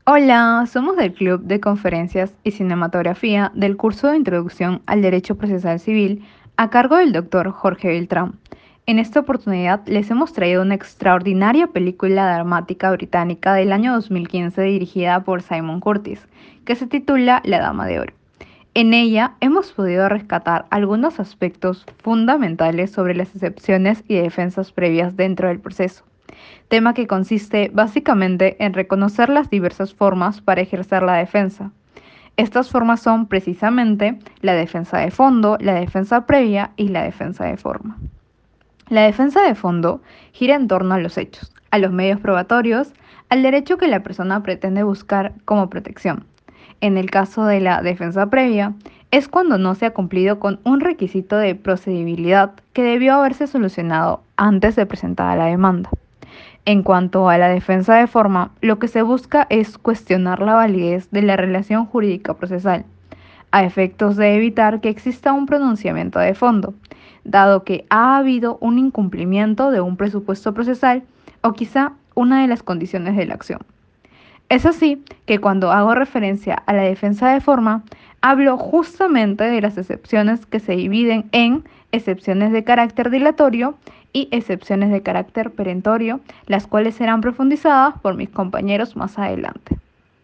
Hola, somos del Club de Conferencias y Cinematografía del curso de Introducción al Derecho Procesal Civil a cargo del doctor Jorge Beltrán. En esta oportunidad les hemos traído una extraordinaria película dramática británica del año 2015 dirigida por Simon Curtis, que se titula La Dama de Oro. En ella hemos podido rescatar algunos aspectos fundamentales sobre las excepciones y defensas previas dentro del proceso, tema que consiste básicamente en reconocer las diversas formas para ejercer la defensa. Estas formas son precisamente la defensa de fondo, la defensa previa y la defensa de forma. La defensa de fondo gira en torno a los hechos, a los medios probatorios, al derecho que la persona pretende buscar como protección. En el caso de la defensa previa, es cuando no se ha cumplido con un requisito de procedibilidad que debió haberse solucionado antes de presentar la demanda. En cuanto a la defensa de forma, lo que se busca es cuestionar la validez de la relación jurídica procesal, a efectos de evitar que exista un pronunciamiento de fondo, dado que ha habido un incumplimiento de un presupuesto procesal o quizá una de las condiciones de la acción. Es así que cuando hago referencia a la defensa de forma, hablo justamente de las excepciones que se dividen en excepciones de carácter dilatorio y excepciones de carácter perentorio, las cuales serán profundizadas por mis compañeros más adelante.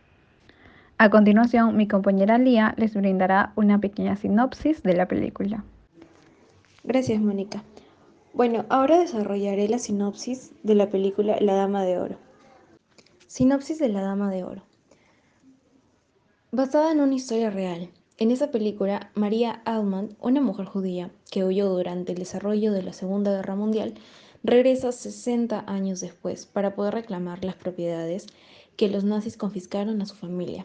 A continuación, mi compañera Lía les brindará una pequeña sinopsis de la película. Gracias, Mónica. Bueno, ahora desarrollaré la sinopsis de la película La Dama de Oro. Sinopsis de La Dama de Oro. Basada en una historia real. En esa película, María Almond, una mujer judía que huyó durante el desarrollo de la Segunda Guerra Mundial, regresa 60 años después para poder reclamar las propiedades que los nazis confiscaron a su familia.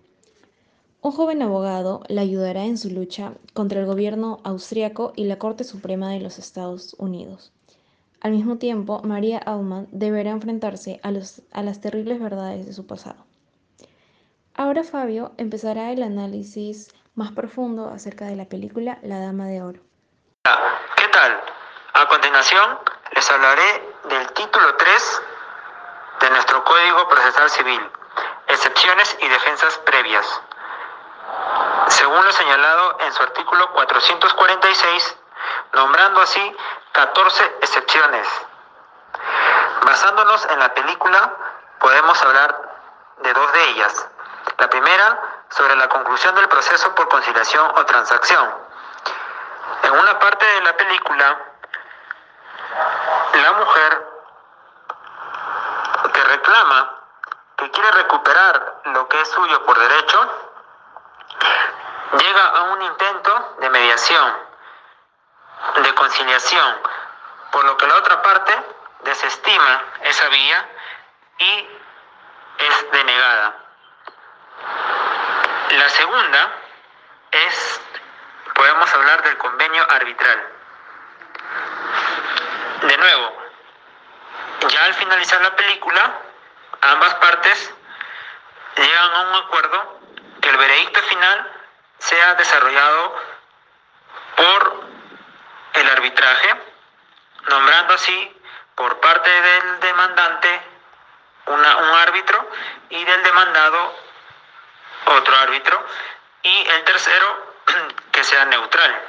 Un joven abogado la ayudará en su lucha contra el gobierno austriaco y la Corte Suprema de los Estados Unidos. Al mismo tiempo, María Almond deberá enfrentarse a las terribles verdades de su pasado. Ahora Fabio empezará el análisis más profundo acerca de la película La Dama de Oro. ¿Qué tal? A continuación les hablaré del título 3 de nuestro Código Procesal Civil, excepciones y defensas previas. Según lo señalado en su artículo 446, nombrando así 14 excepciones. Basándonos en la película, podemos hablar de dos de ellas. La primera, sobre la conclusión del proceso por conciliación o transacción. En una parte de la película, la mujer que reclama, que quiere recuperar lo que es suyo por derecho, llega a un intento de mediación, de conciliación, por lo que la otra parte desestima esa vía y es denegada. La segunda podemos hablar del convenio arbitral. De nuevo, ya al finalizar la película, ambas partes llegan a un acuerdo que el veredicto final sea desarrollado por el arbitraje, nombrando así por parte del demandante un árbitro y del demandado otro árbitro, y el tercero que sea neutral.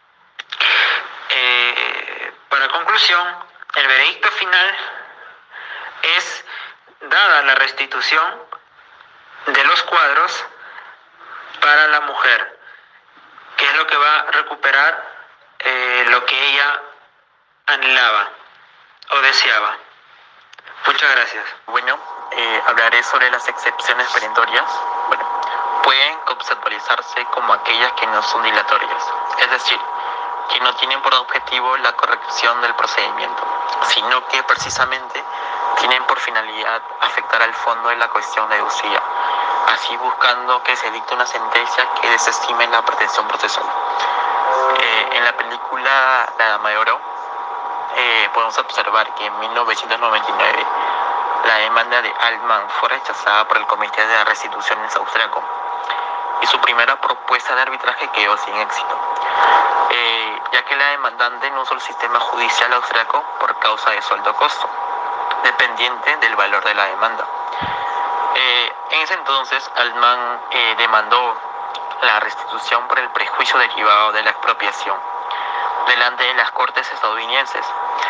Para conclusión, el veredicto final es dada la restitución de los cuadros para la mujer, que es lo que va a recuperar lo que ella anhelaba o deseaba. Muchas gracias. Bueno, hablaré sobre las excepciones perentorias. Pueden conceptualizarse como aquellas que no son dilatorias, es decir, que no tienen por objetivo la corrección del procedimiento, sino que precisamente tienen por finalidad afectar al fondo de la cuestión deducida, así buscando que se dicte una sentencia que desestime la pretensión procesal. En la película La Dama de Oro podemos observar que en 1999 la demanda de Altman fue rechazada por el Comité de Restituciones austriaco y su primera propuesta de arbitraje quedó sin éxito, ya que la demandante no usó el sistema judicial austriaco por causa de su alto costo, dependiente del valor de la demanda. En ese ese entonces, Altman demandó la restitución por el prejuicio derivado de la expropiación delante de las cortes estadounidenses,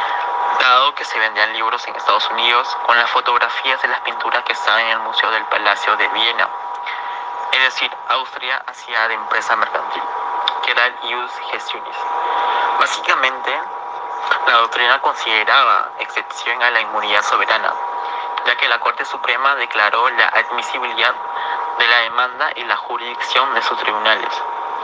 dado que se vendían libros en Estados Unidos con las fotografías de las pinturas que estaban en el Museo del Palacio de Viena. Es decir, Austria hacía de empresa mercantil, que era el ius gestionis. Básicamente, la doctrina consideraba excepción a la inmunidad soberana, ya que la Corte Suprema declaró la admisibilidad de la demanda y la jurisdicción de sus tribunales.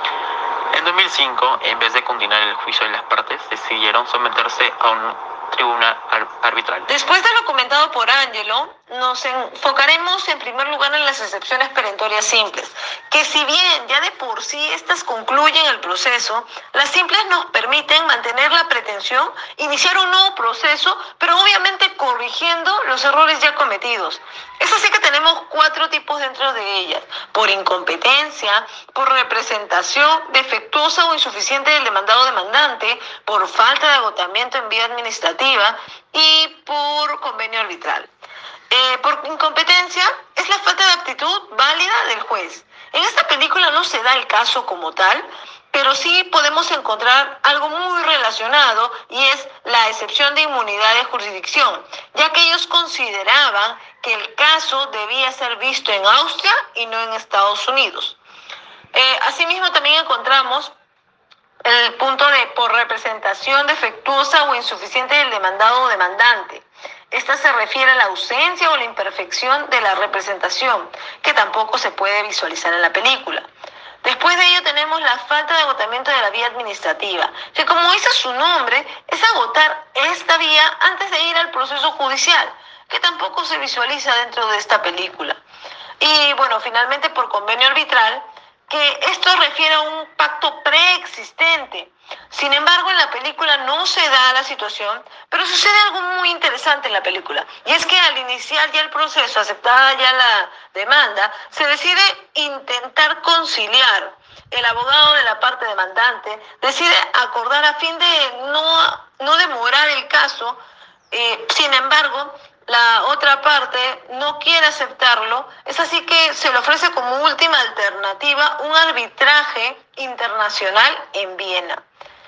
En 2005, en vez de continuar el juicio de las partes, decidieron someterse a un tribunal arbitral. Después de lo comentado por Angelo, nos enfocaremos en primer lugar en las excepciones perentorias simples, que si bien ya de por sí estas concluyen el proceso, las simples nos permiten mantener la pretensión, iniciar un nuevo proceso, pero obviamente corrigiendo los errores ya cometidos. Es así que tenemos 4 tipos dentro de ellas: por incompetencia, por representación defectuosa o insuficiente del demandado demandante, por falta de agotamiento en vía administrativa y por convenio arbitral. Por incompetencia es la falta de aptitud válida del juez. En esta película no se da el caso como tal, pero sí podemos encontrar algo muy relacionado, y es la excepción de inmunidad de jurisdicción, ya que ellos consideraban que el caso debía ser visto en Austria y no en Estados Unidos. Asimismo, también encontramos el punto de por representación defectuosa o insuficiente del demandado o demandante. Esta se refiere a la ausencia o la imperfección de la representación, que tampoco se puede visualizar en la película. Después de ello tenemos la falta de agotamiento de la vía administrativa, que como dice su nombre, es agotar esta vía antes de ir al proceso judicial, que tampoco se visualiza dentro de esta película. Y bueno, finalmente por convenio arbitral, que esto refiere a un pacto preexistente. Sin embargo, en la película no se da la situación, pero sucede algo muy interesante en la película. Y es que al iniciar ya el proceso, aceptada ya la demanda, se decide intentar conciliar. El abogado de la parte demandante decide acordar a fin de no demorar el caso. Sin embargo, la otra parte no quiere aceptarlo. Es así que se le ofrece como última alternativa un arbitraje internacional en Viena.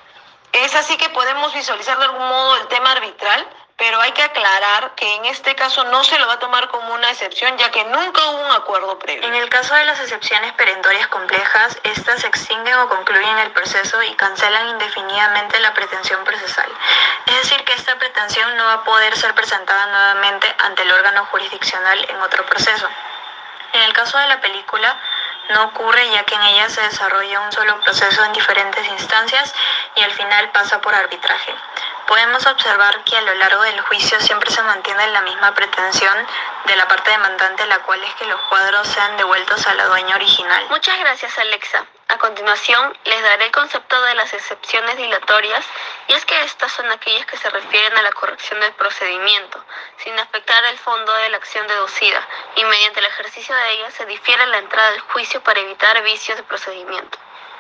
Es así que podemos visualizar de algún modo el tema arbitral, pero hay que aclarar que en este caso no se lo va a tomar como una excepción, ya que nunca hubo un acuerdo previo. En el caso de las excepciones perentorias complejas, estas extinguen o concluyen el proceso y cancelan indefinidamente la pretensión procesal. Es decir, que esta pretensión no va a poder ser presentada nuevamente ante el órgano jurisdiccional en otro proceso. En el caso de la película, no ocurre, ya que en ella se desarrolla un solo proceso en diferentes instancias y al final pasa por arbitraje. Podemos observar que a lo largo del juicio siempre se mantiene la misma pretensión de la parte demandante, la cual es que los cuadros sean devueltos a la dueña original. Muchas gracias, Alexa. A continuación, les daré el concepto de las excepciones dilatorias, y es que estas son aquellas que se refieren a la corrección del procedimiento, sin afectar el fondo de la acción deducida, y mediante el ejercicio de ellas se difiere la entrada del juicio para evitar vicios de procedimiento.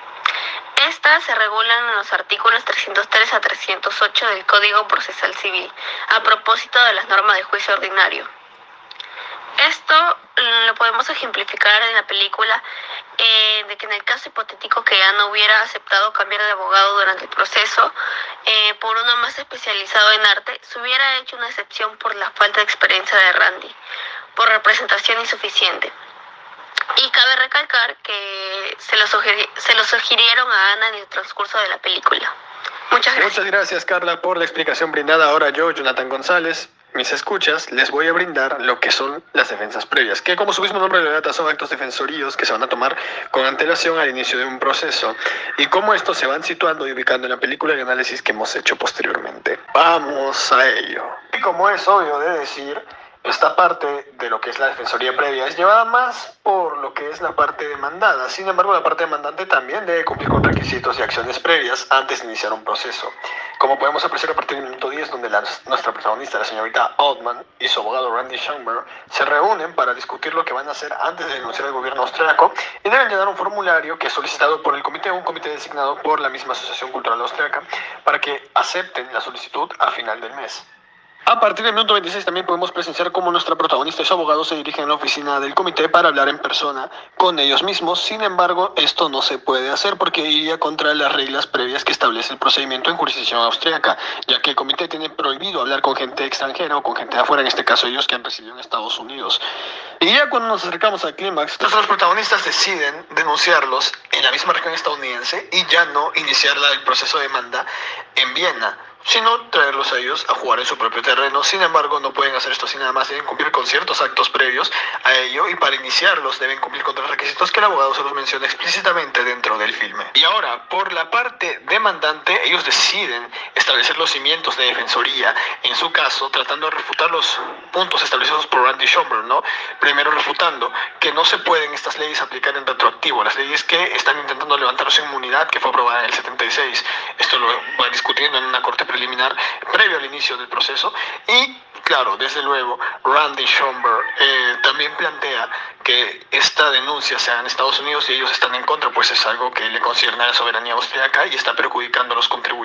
Estas se regulan en los artículos 303 a 308 del Código Procesal Civil, a propósito de las normas de juicio ordinario. Esto lo podemos ejemplificar en la película, de que en el caso hipotético que Ana hubiera aceptado cambiar de abogado durante el proceso por uno más especializado en arte, se hubiera hecho una excepción por la falta de experiencia de Randy, por representación insuficiente. Y cabe recalcar que se lo sugirieron a Ana en el transcurso de la película. Muchas gracias. Muchas gracias, Carla, por la explicación brindada. Ahora yo, Jonathan González, mis escuchas, les voy a brindar lo que son las defensas previas, que como su mismo nombre lo delata, son actos defensoríos que se van a tomar con antelación al inicio de un proceso, y cómo estos se van situando y ubicando en la película y análisis que hemos hecho posteriormente. Vamos a ello. Y como es obvio de decir, esta parte de lo que es la defensoría previa es llevada más por lo que es la parte demandada. Sin embargo, la parte demandante también debe cumplir con requisitos y acciones previas antes de iniciar un proceso. Como podemos apreciar a partir del minuto 10, donde nuestra protagonista, la señorita Altman, y su abogado Randy Schomburg se reúnen para discutir lo que van a hacer antes de denunciar al gobierno austriaco, y deben llenar un formulario que es solicitado por el comité, un comité designado por la misma Asociación Cultural Austriaca, para que acepten la solicitud a final del mes. A partir del minuto 26 también podemos presenciar cómo nuestra protagonista y su abogado se dirigen a la oficina del comité para hablar en persona con ellos mismos. Sin embargo, esto no se puede hacer porque iría contra las reglas previas que establece el procedimiento en jurisdicción austríaca, ya que el comité tiene prohibido hablar con gente extranjera o con gente de afuera, en este caso ellos que han residido en Estados Unidos. Y ya cuando nos acercamos al clímax, nuestros protagonistas deciden denunciarlos en la misma región estadounidense y ya no iniciar el proceso de demanda en Viena, sino traerlos a ellos a jugar en su propio terreno. Sin embargo, no pueden hacer esto así nada más, deben cumplir con ciertos actos previos a ello, y para iniciarlos deben cumplir con los requisitos que el abogado se los menciona explícitamente dentro del filme. Y ahora, por la parte demandante, ellos deciden establecer los cimientos de defensoría, en su caso, tratando de refutar los puntos establecidos por Randy Schomburg, ¿no? Primero refutando que no se pueden estas leyes aplicar en retroactivo, las leyes que están intentando levantar su inmunidad, que fue aprobada en el 76. Esto lo va discutiendo en una corte preliminar previo al inicio del proceso. Y claro, desde luego, Randy Schomburg también plantea que esta denuncia se haga en Estados Unidos y ellos están en contra, pues es algo que le concierne a la soberanía austríaca y está perjudicando a los contribuyentes